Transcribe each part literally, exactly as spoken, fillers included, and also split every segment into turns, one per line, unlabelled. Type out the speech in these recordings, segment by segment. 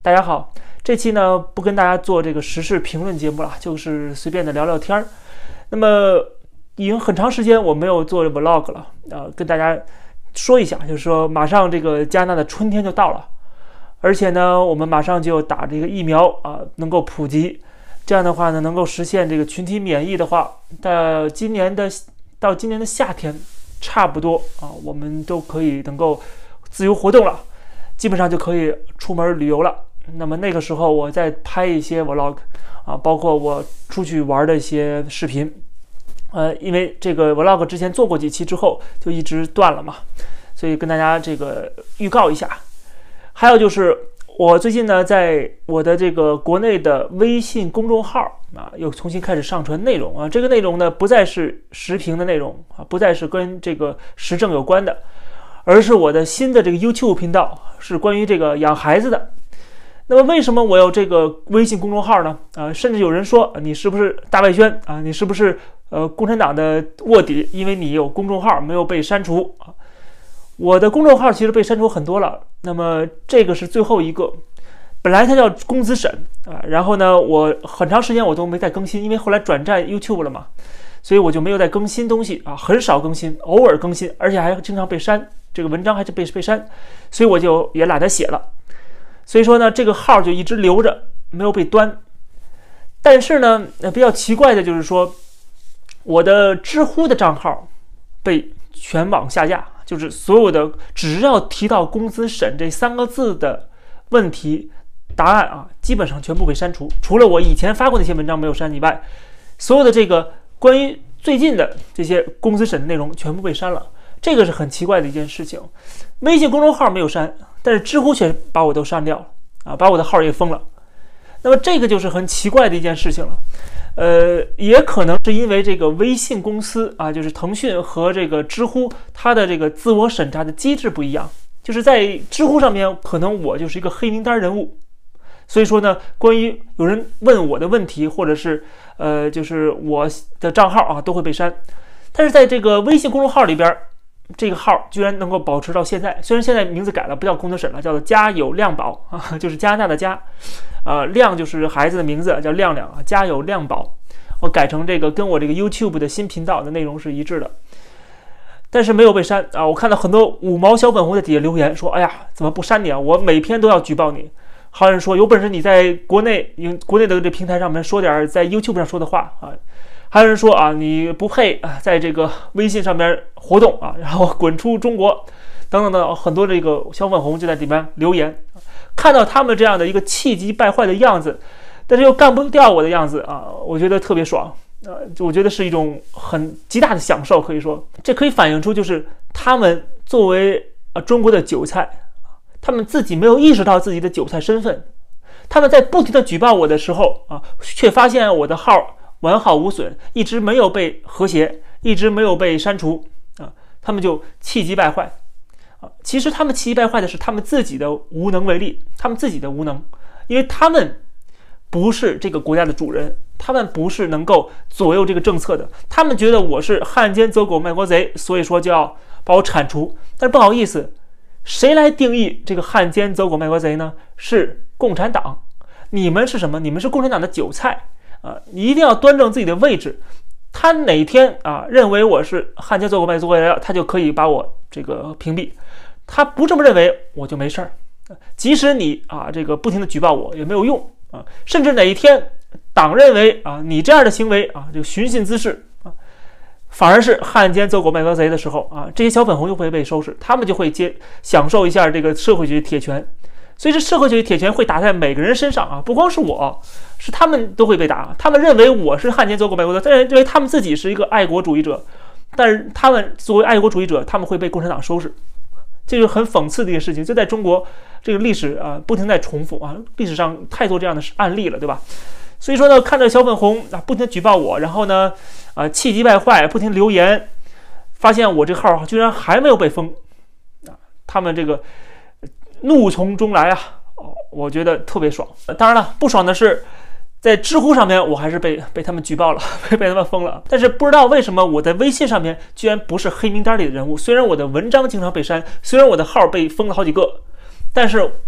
大家好，这期呢不跟大家做这个时事评论节目了，就是随便的聊聊天儿。那么已经很长时间我没有做 vlog 了，呃，跟大家说一下，就是说马上这个加拿大的春天就到了，而且呢我们马上就打这个疫苗啊，能够普及，这样的话呢能够实现这个群体免疫的话，到今年的到今年的夏天差不多啊，我们都可以能够自由活动了，基本上就可以出门旅游了。那么那个时候我再拍一些 vlog 啊，包括我出去玩的一些视频。呃，因为这个 vlog 之前做过几期之后就一直断了嘛，所以跟大家这个预告一下。还有就是我最近呢在我的这个国内的微信公众号啊又重新开始上传内容啊，这个内容呢不再是时评的内容啊，不再是跟这个时政有关的，而是我的新的这个 YouTube 频道，是关于这个养孩子的。那么为什么我有这个微信公众号呢？啊，甚至有人说你是不是大外宣啊？你是不是呃共产党的卧底？因为你有公众号没有被删除啊。我的公众号其实被删除很多了，那么这个是最后一个。本来它叫公子沈啊，然后呢我很长时间我都没再更新，因为后来转战 YouTube 了嘛，所以我就没有再更新东西啊，很少更新，偶尔更新，而且还经常被删，这个文章还是被被删，所以我就也懒得写了。所以说呢，这个号就一直留着，没有被端。但是呢，比较奇怪的就是说，我的知乎的账号被全网下架，就是所有的只要提到公子沈这三个字的问题答案啊，基本上全部被删除。除了我以前发过那些文章没有删以外，所有的这个关于最近的这些公子沈的内容全部被删了。这个是很奇怪的一件事情。微信公众号没有删，但是知乎却把我都删掉了啊，把我的号也封了。那么这个就是很奇怪的一件事情了。呃，也可能是因为这个微信公司啊，就是腾讯和这个知乎，它的这个自我审查的机制不一样。就是在知乎上面，可能我就是一个黑名单人物，所以说呢，关于有人问我的问题，或者是呃，就是我的账号啊，都会被删。但是在这个微信公众号里边，这个号居然能够保持到现在，虽然现在名字改了，不叫公子沈了，叫做家有亮宝啊，就是加拿大的家，呃，亮就是孩子的名字，叫亮亮啊，家有亮宝，我改成这个跟我这个 YouTube 的新频道的内容是一致的，但是没有被删啊。我看到很多五毛小粉红在底下留言说，哎呀，怎么不删你啊？我每篇都要举报你。还有人说，有本事你在国内用国内的这平台上面说点在 YouTube 上说的话啊。还有人说啊，你不配啊，在这个微信上面活动啊，然后滚出中国，等等等，很多这个小粉红就在里面留言。看到他们这样的一个气急败坏的样子，但是又干不掉我的样子啊，我觉得特别爽啊，我觉得是一种很极大的享受，可以说，这可以反映出就是他们作为啊中国的韭菜，他们自己没有意识到自己的韭菜身份，他们在不停的举报我的时候啊，却发现我的号完好无损，一直没有被和谐，一直没有被删除啊，他们就气急败坏啊。其实他们气急败坏的是他们自己的无能为力，他们自己的无能，因为他们不是这个国家的主人，他们不是能够左右这个政策的，他们觉得我是汉奸走狗卖国贼，所以说就要把我铲除。但是不好意思，谁来定义这个汉奸走狗卖国贼呢？是共产党。你们是什么？你们是共产党的韭菜啊！你一定要端正自己的位置。他哪天啊认为我是汉奸走狗卖国贼了，他就可以把我这个屏蔽。他不这么认为，我就没事儿。即使你啊这个不停的举报我也没有用啊。甚至哪一天党认为啊你这样的行为啊这个寻衅滋事啊，反而是汉奸走狗卖国贼的时候啊，这些小粉红就会被收拾，他们就会接享受一下这个社会主义铁拳。所以这社会主义铁拳会打在每个人身上啊，不光是我，是他们都会被打。他们认为我是汉奸走狗卖国贼，但是认为他们自己是一个爱国主义者，但是他们作为爱国主义者，他们会被共产党收拾，这就是很讽刺的一件事情。就在中国这个历史啊，不停在重复啊，历史上太多这样的案例了，对吧？所以说呢，看着小粉红啊不停地举报我，然后呢啊气急败坏，不停留言，发现我这个号居然还没有被封啊，他们这个怒从中来啊，哦，我觉得特别爽。当然了，不爽的是，在知乎上面我还是被被他们举报了，被被他们封了。但是不知道为什么我在微信上面居然不是黑名单里的人物。虽然我的文章经常被删，虽然我的号被封了好几个，但是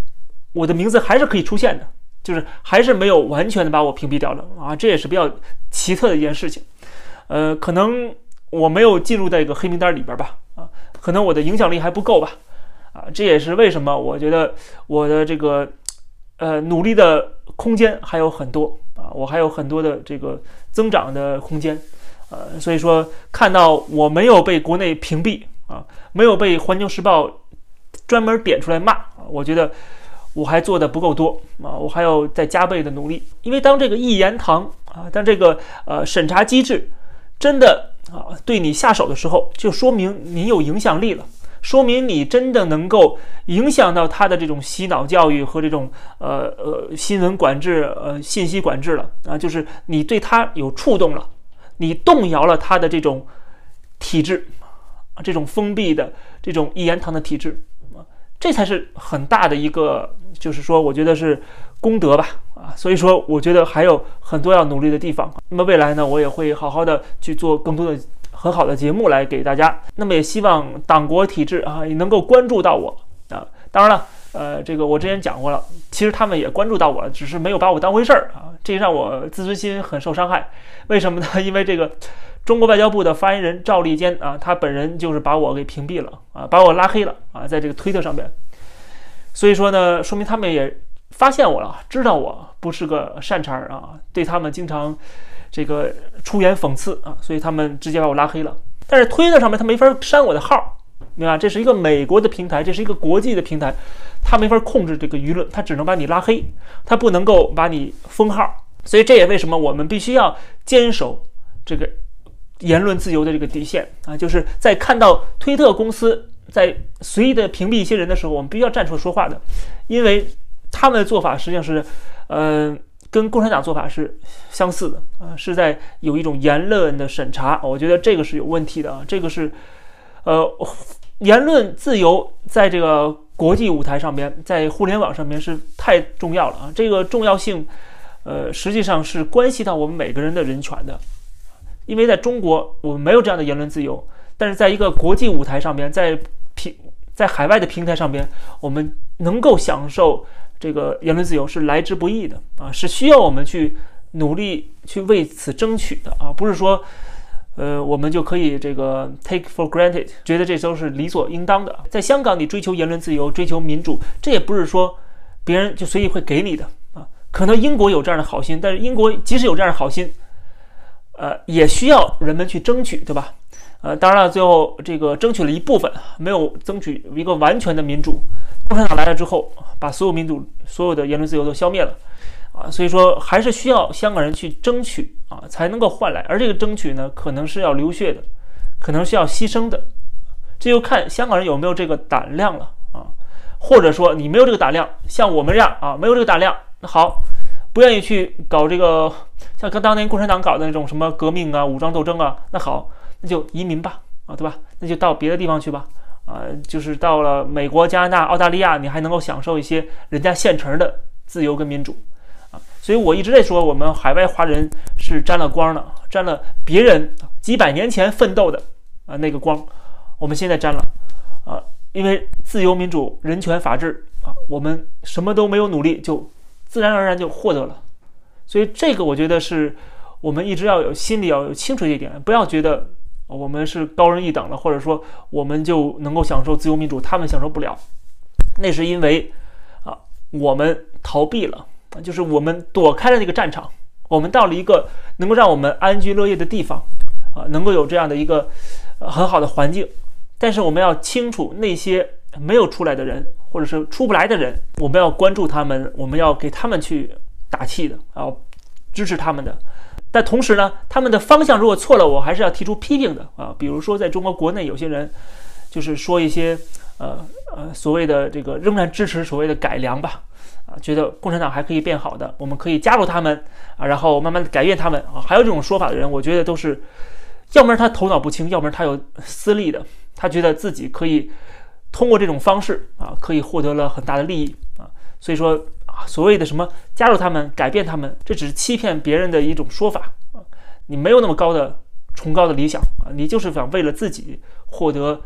我的名字还是可以出现的，就是还是没有完全的把我屏蔽掉了啊，这也是比较奇特的一件事情。呃，可能我没有进入这个黑名单里边吧，啊，可能我的影响力还不够吧，啊，这也是为什么我觉得我的这个呃努力的空间还有很多啊，我还有很多的这个增长的空间，呃，所以说看到我没有被国内屏蔽啊，没有被环球时报专门点出来骂，我觉得我还做的不够多啊，我还要再加倍的努力。因为当这个一言堂啊，当这个呃审查机制真的啊对你下手的时候，就说明你有影响力了，说明你真的能够影响到他的这种洗脑教育和这种呃呃新闻管制、呃信息管制了啊，就是你对他有触动了，你动摇了他的这种体制，这种封闭的这种一言堂的体制。这才是很大的一个，就是说我觉得是功德吧，啊，所以说我觉得还有很多要努力的地方。那么未来呢，我也会好好的去做更多的很好的节目来给大家。那么也希望党国体制啊也能够关注到我啊。当然了，呃，这个我之前讲过了，其实他们也关注到我了，只是没有把我当回事儿啊，这让我自尊心很受伤害。为什么呢？因为这个中国外交部的发言人赵立坚啊，他本人就是把我给屏蔽了啊，把我拉黑了啊，在这个推特上面。所以说呢，说明他们也发现我了，知道我不是个善茬啊，对他们经常这个出言讽刺啊，所以他们直接把我拉黑了。但是推特上面他没法删我的号，明白？这是一个美国的平台，这是一个国际的平台，他没法控制这个舆论，他只能把你拉黑，他不能够把你封号。所以这也为什么我们必须要坚守这个言论自由的这个底线啊，就是在看到推特公司在随意的屏蔽一些人的时候，我们必须要站出来说话的，因为他们的做法实际上是，呃，跟共产党做法是相似的啊，是在有一种言论的审查，我觉得这个是有问题的啊，这个是，呃，言论自由在这个国际舞台上面，在互联网上面是太重要了啊，这个重要性，呃，实际上是关系到我们每个人的人权的。因为在中国我们没有这样的言论自由，但是在一个国际舞台上面，在平在海外的平台上面，我们能够享受这个言论自由是来之不易的啊，是需要我们去努力去为此争取的啊，不是说呃我们就可以这个 take for granted， 觉得这都是理所应当的。在香港你追求言论自由，追求民主，这也不是说别人就随意会给你的啊，可能英国有这样的好心，但是英国即使有这样的好心，呃，也需要人们去争取，对吧？呃，当然了，最后这个争取了一部分，没有争取一个完全的民主。共产党来了之后，把所有民主、所有的言论自由都消灭了，啊，所以说还是需要香港人去争取啊，才能够换来。而这个争取呢，可能是要流血的，可能是要牺牲的，这就看香港人有没有这个胆量了啊。或者说你没有这个胆量，像我们这样啊，没有这个胆量，那好。不愿意去搞这个像跟当年共产党搞的那种什么革命啊、武装斗争啊，那好，那就移民吧，啊，对吧？那就到别的地方去吧，啊，就是到了美国、加拿大、澳大利亚，你还能够享受一些人家现成的自由跟民主，啊，所以我一直在说，我们海外华人是沾了光的，沾了别人几百年前奋斗的啊那个光，我们现在沾了，啊，因为自由、民主、人权、法治啊，我们什么都没有努力就。自然而然就获得了，所以这个我觉得是我们一直要有心里要有清楚一点，不要觉得我们是高人一等了，或者说我们就能够享受自由民主，他们享受不了，那是因为啊我们逃避了，就是我们躲开了那个战场，我们到了一个能够让我们安居乐业的地方啊，能够有这样的一个很好的环境，但是我们要清楚那些没有出来的人。或者是出不来的人，我们要关注他们，我们要给他们去打气的，要支持他们的。但同时呢，他们的方向如果错了，我还是要提出批评的啊。比如说，在中国国内有些人就是说一些呃呃所谓的这个仍然支持所谓的改良吧，啊，觉得共产党还可以变好的，我们可以加入他们啊，然后慢慢改变他们啊。还有这种说法的人，我觉得都是，要不然他头脑不清，要不然他有私利的，他觉得自己可以。通过这种方式啊，可以获得了很大的利益啊，所以说啊，所谓的什么加入他们、改变他们，这只是欺骗别人的一种说法啊。你没有那么高的崇高的理想啊，你就是想为了自己获得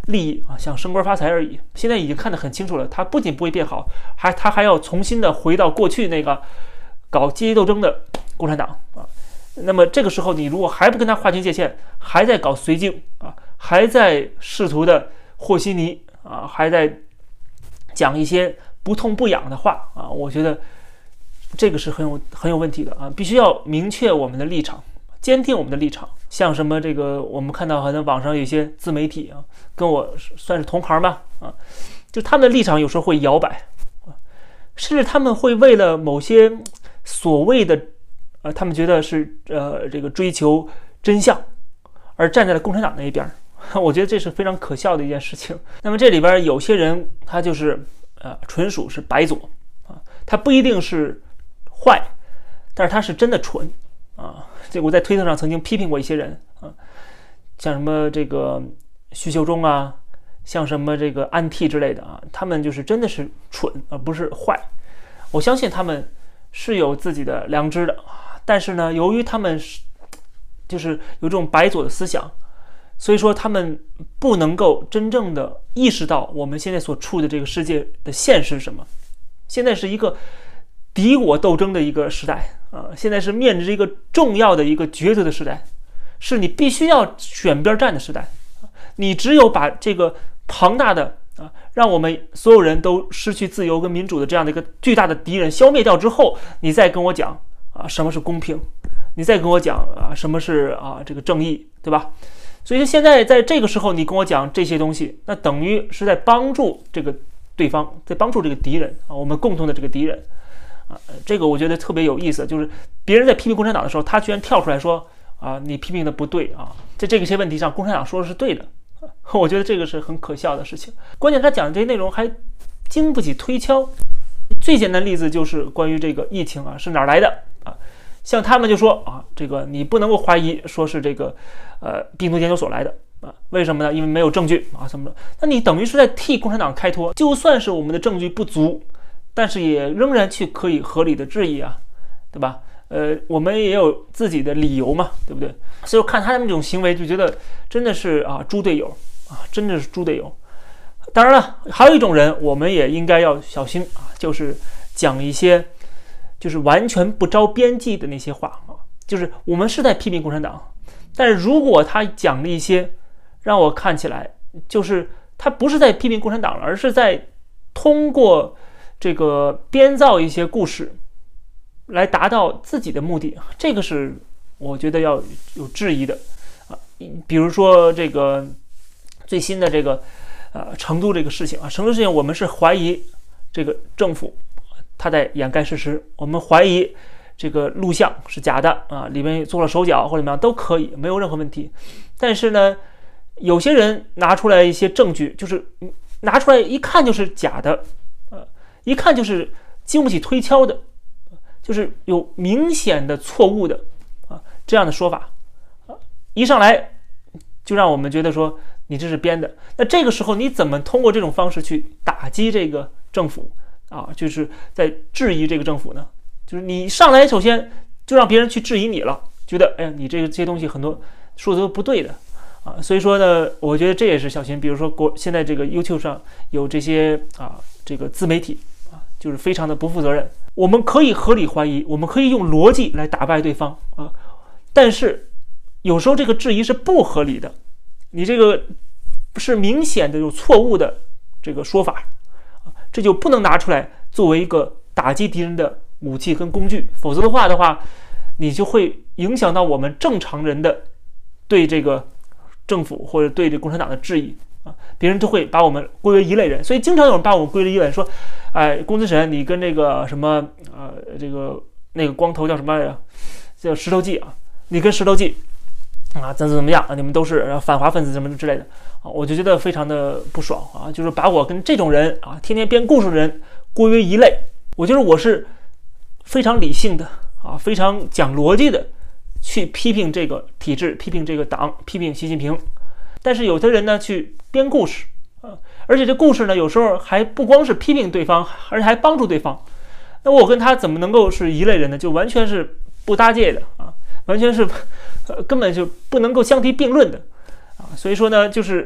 利益啊，想升官发财而已。现在已经看得很清楚了，他不仅不会变好，还他还要重新的回到过去那个搞阶级斗争的共产党啊。那么这个时候，你如果还不跟他划清界限，还在搞绥靖啊，还在试图的和稀泥啊，还在讲一些不痛不痒的话啊，我觉得这个是很有很有问题的啊，必须要明确我们的立场，坚定我们的立场。像什么这个，我们看到好像网上有些自媒体啊，跟我算是同行吧啊，就他们的立场有时候会摇摆啊，甚至他们会为了某些所谓的呃，他们觉得是呃这个追求真相而站在了共产党那一边，我觉得这是非常可笑的一件事情。那么这里边有些人他就是呃纯属是白左啊，他不一定是坏，但是他是真的蠢啊。这我在推特上曾经批评过一些人啊，像什么这个徐秀中啊，像什么这个安替之类的啊，他们就是真的是蠢而不是坏。我相信他们是有自己的良知的，但是呢，由于他们是就是有这种白左的思想，所以说他们不能够真正的意识到我们现在所处的这个世界的现实是什么。现在是一个敌我斗争的一个时代啊，现在是面临着一个重要的一个抉择的时代，是你必须要选边站的时代。你只有把这个庞大的啊，让我们所有人都失去自由跟民主的这样的一个巨大的敌人消灭掉之后，你再跟我讲啊什么是公平，你再跟我讲啊什么是啊这个正义，对吧？所以现在在这个时候你跟我讲这些东西，那等于是在帮助这个对方，在帮助这个敌人啊，我们共同的这个敌人啊。这个我觉得特别有意思，就是别人在批评共产党的时候，他居然跳出来说啊你批评的不对啊，在这些问题上共产党说的是对的。我觉得这个是很可笑的事情。关键他讲的这些内容还经不起推敲。最简单的例子就是关于这个疫情啊是哪儿来的啊？像他们就说啊，这个你不能够怀疑说是这个呃病毒研究所来的啊？为什么呢？因为没有证据啊什么的。那你等于是在替共产党开脱。就算是我们的证据不足，但是也仍然去可以合理的质疑啊，对吧？呃，我们也有自己的理由嘛，对不对？所以我看他们这种行为，就觉得真的是啊，猪队友啊，真的是猪队友。当然了，还有一种人，我们也应该要小心啊，就是讲一些就是完全不着边际的那些话啊。就是我们是在批评共产党，但是如果他讲了一些让我看起来就是他不是在批评共产党了，而是在通过这个编造一些故事来达到自己的目的，这个是我觉得要有质疑的啊。比如说这个最新的这个呃成都这个事情啊，成都事情我们是怀疑这个政府他在掩盖事实，我们怀疑这个录像是假的啊，里面做了手脚或者怎么样都可以，没有任何问题。但是呢，有些人拿出来一些证据，就是拿出来一看就是假的，呃，一看就是经不起推敲的。就是有明显的错误的啊这样的说法啊，一上来就让我们觉得说你这是编的。那这个时候你怎么通过这种方式去打击这个政府啊？就是在质疑这个政府呢？就是你上来首先就让别人去质疑你了，觉得哎呀你这个这些东西很多说的都不对的啊。所以说呢，我觉得这也是小心。比如说国现在这个 YouTube 上有这些啊这个自媒体啊，就是非常的不负责任。我们可以合理怀疑，我们可以用逻辑来打败对方啊，但是有时候这个质疑是不合理的，你这个是明显的有错误的这个说法啊，这就不能拿出来作为一个打击敌人的武器跟工具，否则的话的话，你就会影响到我们正常人的对这个政府或者对这共产党的质疑啊，别人都会把我们归为一类人。所以经常有人把我们归为一类人，说哎，公子沈，你跟这个什么呃，这个那个光头叫什么来着？叫石头记啊，你跟石头记啊，怎么怎么样啊？你们都是反华分子什么之类的啊，我就觉得非常的不爽啊，就是把我跟这种人啊，天天编故事的人归为一类。我觉得我是非常理性的啊，非常讲逻辑的去批评这个体制，批评这个党，批评习近平。但是有的人呢，去编故事。啊，而且这故事呢，有时候还不光是批评对方，而且还帮助对方。那我跟他怎么能够是一类人呢？就完全是不搭界的啊，完全是、呃、根本就不能够相提并论的啊。所以说呢，就是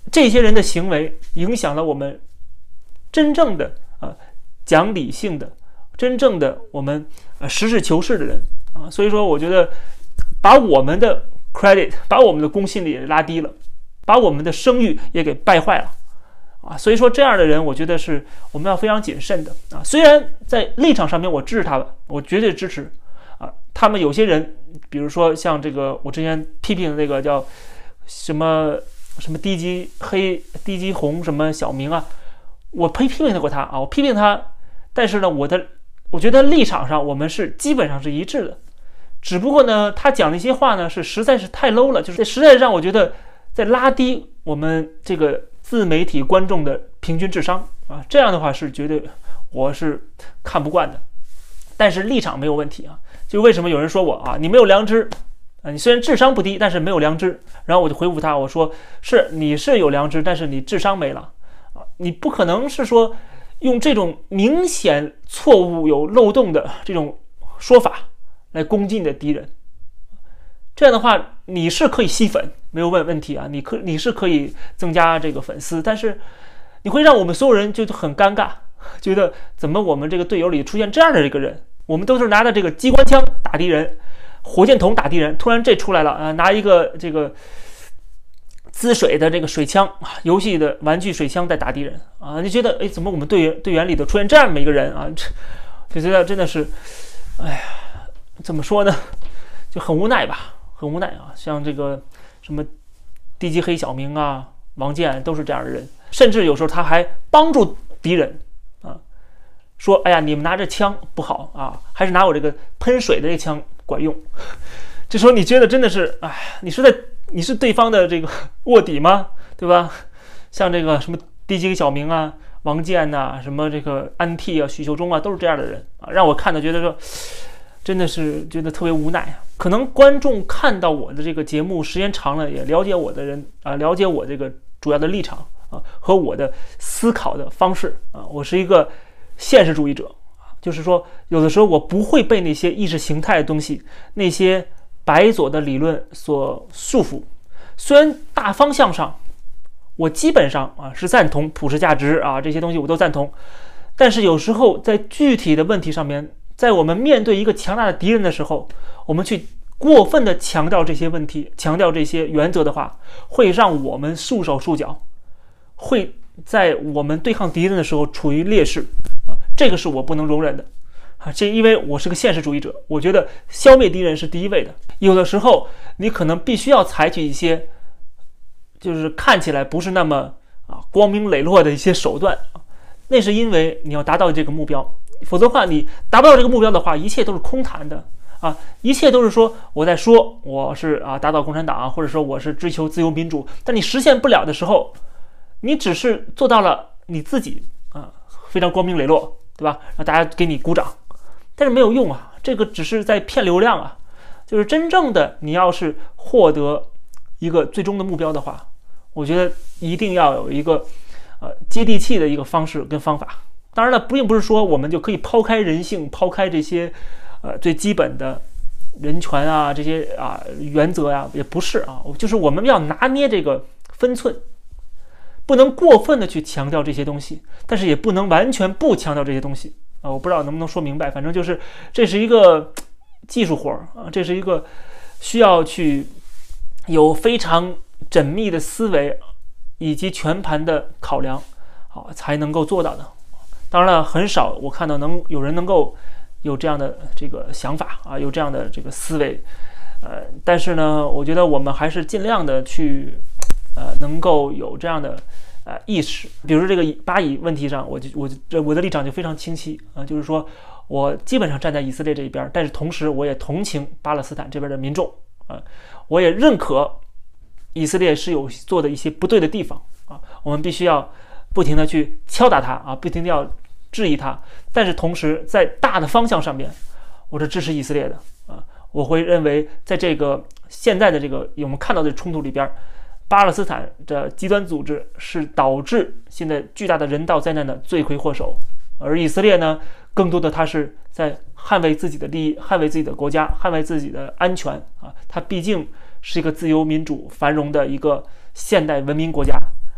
这些人的行为影响了我们真正的啊讲理性的、真正的我们啊实事求是的人啊。所以说，我觉得把我们的 credit， 把我们的公信力也拉低了，把我们的声誉也给败坏了啊。所以说，这样的人，我觉得是我们要非常谨慎的啊。虽然在立场上面我支持他们，我绝对支持啊。他们有些人，比如说像这个我之前批评的那个叫什么什么低级黑、低级红什么小明啊，我批批评过他啊，我批评他，但是呢，我的我觉得立场上我们是基本上是一致的，只不过呢，他讲的一些话呢是实在是太 low 了，就是实在让我觉得在拉低我们这个自媒体观众的平均智商啊，这样的话是绝对我是看不惯的。但是立场没有问题啊，就为什么有人说我啊，你没有良知啊，你虽然智商不低，但是没有良知。然后我就回复他，我说是你是有良知，但是你智商没了啊，你不可能是说用这种明显错误有漏洞的这种说法来攻击你的敌人。这样的话，你是可以吸粉，没有问问题啊，你可你是可以增加这个粉丝，但是你会让我们所有人就很尴尬，觉得怎么我们这个队友里出现这样的一个人？我们都是拿着这个机关枪打敌人，火箭筒打敌人，突然这出来了啊，拿一个这个滋水的这个水枪，游戏的玩具水枪在打敌人啊，就觉得哎，怎么我们队员队员里头出现这样的一个人啊？就觉得真的是，哎呀，怎么说呢，就很无奈吧，很无奈啊。像这个什么低级黑小明啊、王健都是这样的人，甚至有时候他还帮助敌人啊，说哎呀，你们拿着枪不好啊，还是拿我这个喷水的这个枪管用。这时候你觉得真的是，哎，你是在你是对方的这个卧底吗？对吧？像这个什么低级小明啊、王健呐、啊，什么这个安替啊、许秀中啊，都是这样的人啊，让我看的觉得说，真的是觉得特别无奈啊。可能观众看到我的这个节目时间长了，也了解我的人啊，了解我这个主要的立场啊和我的思考的方式啊，我是一个现实主义者，就是说有的时候我不会被那些意识形态的东西、那些白左的理论所束缚。虽然大方向上我基本上啊是赞同普世价值啊，这些东西我都赞同，但是有时候在具体的问题上面，在我们面对一个强大的敌人的时候，我们去过分的强调这些问题、强调这些原则的话，会让我们束手束脚，会在我们对抗敌人的时候处于劣势啊，这个是我不能容忍的啊！这因为我是个现实主义者，我觉得消灭敌人是第一位的。有的时候你可能必须要采取一些就是看起来不是那么啊光明磊落的一些手段，那是因为你要达到这个目标，否则的话你达不到这个目标的话，一切都是空谈的啊！一切都是说我在说我是啊打倒共产党，或者说我是追求自由民主，但你实现不了的时候，你只是做到了你自己啊非常光明磊落，对吧？让大家给你鼓掌，但是没有用啊，这个只是在骗流量啊。就是真正的你要是获得一个最终的目标的话，我觉得一定要有一个呃接地气的一个方式跟方法。当然了，并不是说我们就可以抛开人性，抛开这些呃最基本的人权啊这些啊原则呀、啊，也不是啊，就是我们要拿捏这个分寸，不能过分的去强调这些东西，但是也不能完全不强调这些东西啊。我不知道能不能说明白，反正就是这是一个技术活啊，这是一个需要去有非常缜密的思维以及全盘的考量啊才能够做到的。当然了，很少我看到能有人能够有这样的这个想法啊，有这样的这个思维。呃，但是呢，我觉得我们还是尽量的去呃能够有这样的呃意识。比如说这个巴以问题上，我就我这我的立场就非常清晰啊，就是说我基本上站在以色列这一边，但是同时我也同情巴勒斯坦这边的民众啊，我也认可以色列是有做的一些不对的地方啊，我们必须要不停的去敲打它啊，不停的要质疑它，但是同时在大的方向上面，我是支持以色列的啊，我会认为在这个现在的这个我们看到的冲突里边，巴勒斯坦的极端组织是导致现在巨大的人道灾难的罪魁祸首，而以色列呢，更多的它是在捍卫自己的利益，捍卫自己的国家，捍卫自己的安全啊！它毕竟是一个自由民主繁荣的一个现代文明国家，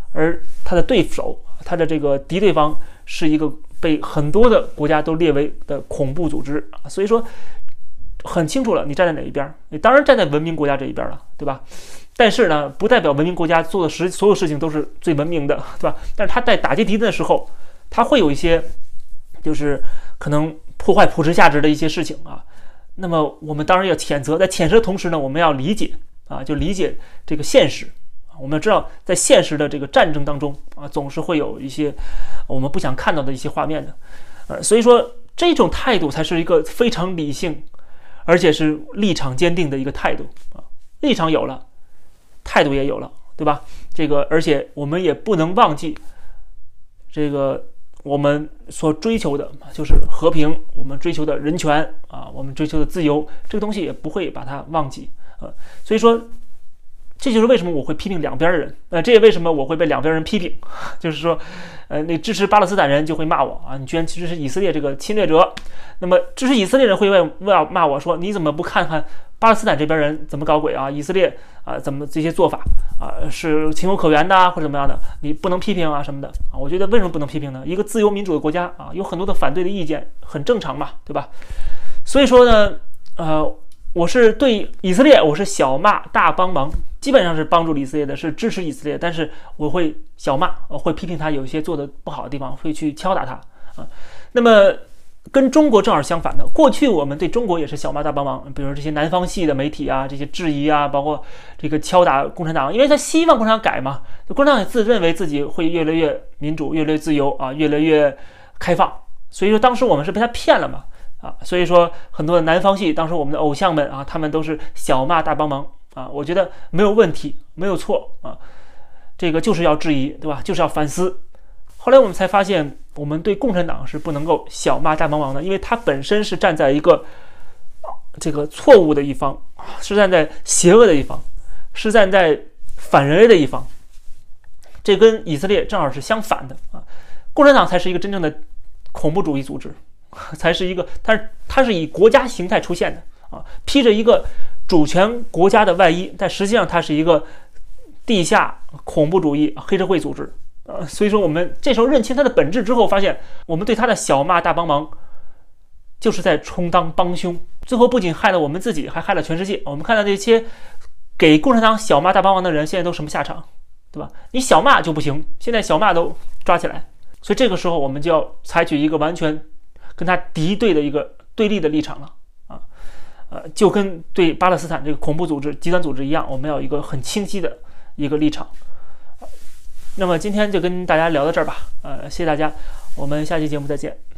而他的对手，他的这个敌对方是一个被很多的国家都列为的恐怖组织啊，所以说很清楚了，你站在哪一边？你当然站在文明国家这一边了，对吧？但是呢，不代表文明国家做的实所有事情都是最文明的，对吧？但是他在打击敌人的时候，他会有一些就是可能破坏普世价值的一些事情啊。那么我们当然要谴责，在谴责的同时呢，我们要理解啊，就理解这个现实。我们要知道，在现实的这个战争当中啊，总是会有一些我们不想看到的一些画面的，呃，所以说这种态度才是一个非常理性，而且是立场坚定的一个态度啊。立场有了，态度也有了，对吧？这个，而且我们也不能忘记这个我们所追求的就是和平，我们追求的人权啊，我们追求的自由，这个东西也不会把它忘记啊。所以说，这就是为什么我会批评两边的人，呃，这也为什么我会被两边人批评，就是说，呃，你支持巴勒斯坦人就会骂我啊，你居然支持以色列这个侵略者，那么支持以色列人会问问骂我说，你怎么不看看巴勒斯坦这边人怎么搞鬼啊？以色列啊，怎么这些做法啊是情有可原的啊，或者怎么样的？你不能批评啊什么的啊？我觉得为什么不能批评呢？一个自由民主的国家啊，有很多的反对的意见，很正常嘛，对吧？所以说呢，呃，我是对以色列，我是小骂大帮忙，基本上是帮助以色列的，是支持以色列，但是我会小骂，我会批评他有一些做的不好的地方，会去敲打他啊。那么跟中国正好相反的，过去我们对中国也是小骂大帮忙，比如这些南方系的媒体啊，这些质疑啊，包括这个敲打共产党，因为他希望共产党改嘛，共产党也自认为自己会越来越民主，越来越自由啊，越来越开放，所以说当时我们是被他骗了嘛。啊，所以说很多的南方系，当时我们的偶像们啊，他们都是小骂大帮忙啊，我觉得没有问题，没有错啊，这个就是要质疑，对吧？就是要反思。后来我们才发现，我们对共产党是不能够小骂大帮忙的，因为它本身是站在一个这个错误的一方，是站在邪恶的一方，是站在反人类的一方，这跟以色列正好是相反的啊。共产党才是一个真正的恐怖主义组织。才是一个，它是它是以国家形态出现的啊，披着一个主权国家的外衣，但实际上它是一个地下恐怖主义黑社会组织啊。所以说我们这时候认清它的本质之后，发现我们对它的小骂大帮忙，就是在充当帮凶，最后不仅害了我们自己，还害了全世界。我们看到这些给共产党小骂大帮忙的人，现在都什么下场，对吧？你小骂就不行，现在小骂都抓起来，所以这个时候我们就要采取一个完全跟他敌对的一个对立的立场了啊，呃，就跟对巴勒斯坦这个恐怖组织、极端组织一样，我们要有一个很清晰的一个立场。那么今天就跟大家聊到这儿吧，呃，谢谢大家，我们下期节目再见。